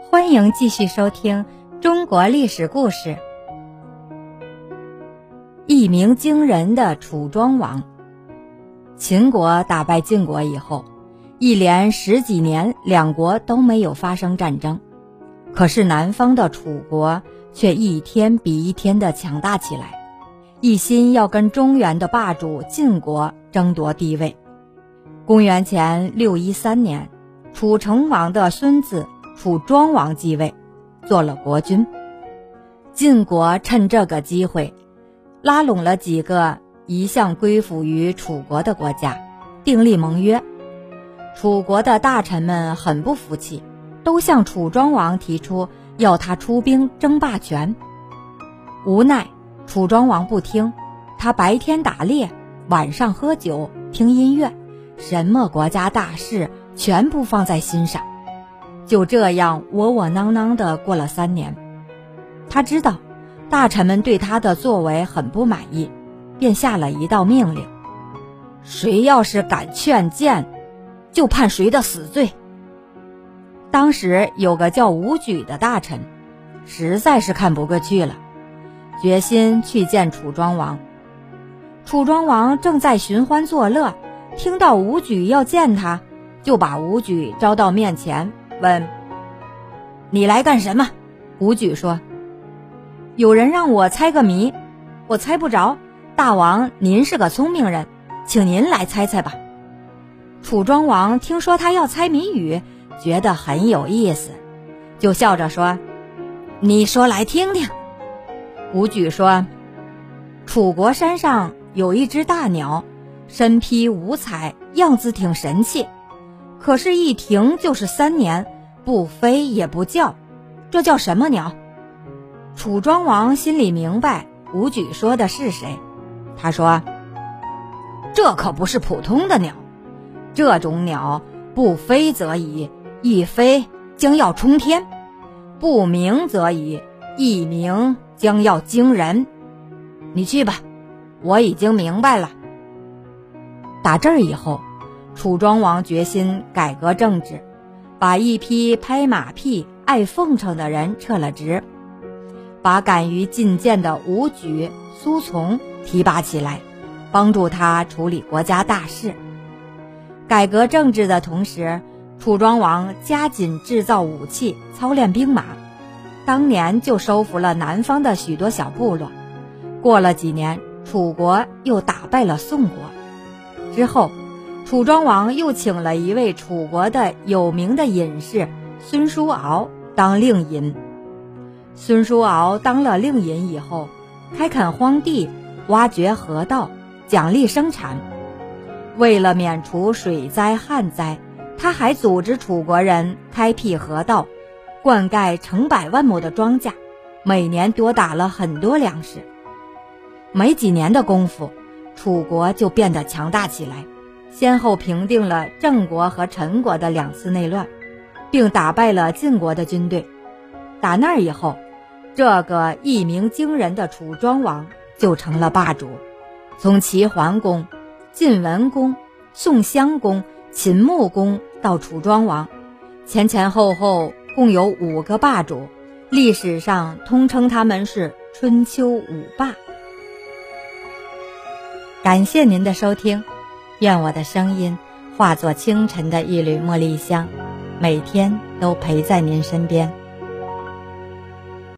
欢迎继续收听中国历史故事。一鸣惊人的楚庄王。秦国打败晋国以后，一连10几年两国都没有发生战争，可是南方的楚国却一天比一天的强大起来，一心要跟中原的霸主晋国争夺地位。公元前613年，楚成王的孙子楚庄王继位，做了国君。晋国趁这个机会，拉拢了几个一向归附于楚国的国家，订立盟约。楚国的大臣们很不服气，都向楚庄王提出要他出兵争霸权。无奈楚庄王不听，他白天打猎，晚上喝酒听音乐，什么国家大事全不放在心上。就这样窝窝囊囊地过了3年。他知道大臣们对他的作为很不满意，便下了一道命令：谁要是敢劝谏，就判谁的死罪。当时有个叫伍举的大臣，实在是看不过去了，决心去见楚庄王。楚庄王正在寻欢作乐，听到伍举要见他，就把伍举招到面前，问：你来干什么？伍举说：有人让我猜个谜，我猜不着，大王您是个聪明人，请您来猜猜吧。楚庄王听说他要猜谜语，觉得很有意思，就笑着说：你说来听听。伍举说：楚国山上有一只大鸟，身披五彩，样子挺神气，可是一停就是3年，不飞也不叫，这叫什么鸟？楚庄王心里明白伍举说的是谁，他说：这可不是普通的鸟，这种鸟不飞则已，一飞将要冲天；不鸣则已，一鸣将要惊人。你去吧，我已经明白了。打这儿以后，楚庄王决心改革政治，把一批拍马屁爱奉承的人撤了职，把敢于进谏的伍举、苏从提拔起来，帮助他处理国家大事。改革政治的同时，楚庄王加紧制造武器，操练兵马，当年就收服了南方的许多小部落。过了几年，楚国又打败了宋国。之后楚庄王又请了一位楚国的有名的隐士孙叔敖当令尹。孙叔敖当了令尹以后，开垦荒地，挖掘河道，奖励生产。为了免除水灾旱灾，他还组织楚国人开辟河道，灌溉成百万亩的庄稼，每年多打了很多粮食。没几年的功夫，楚国就变得强大起来，先后平定了郑国和陈国的2次内乱，并打败了晋国的军队。打那以后，这个一鸣惊人的楚庄王就成了霸主。从齐桓公、晋文公、宋襄公、秦穆公到楚庄王，前后后共有5个霸主，历史上通称他们是春秋5霸。感谢您的收听，愿我的声音化作清晨的一缕茉莉香，每天都陪在您身边。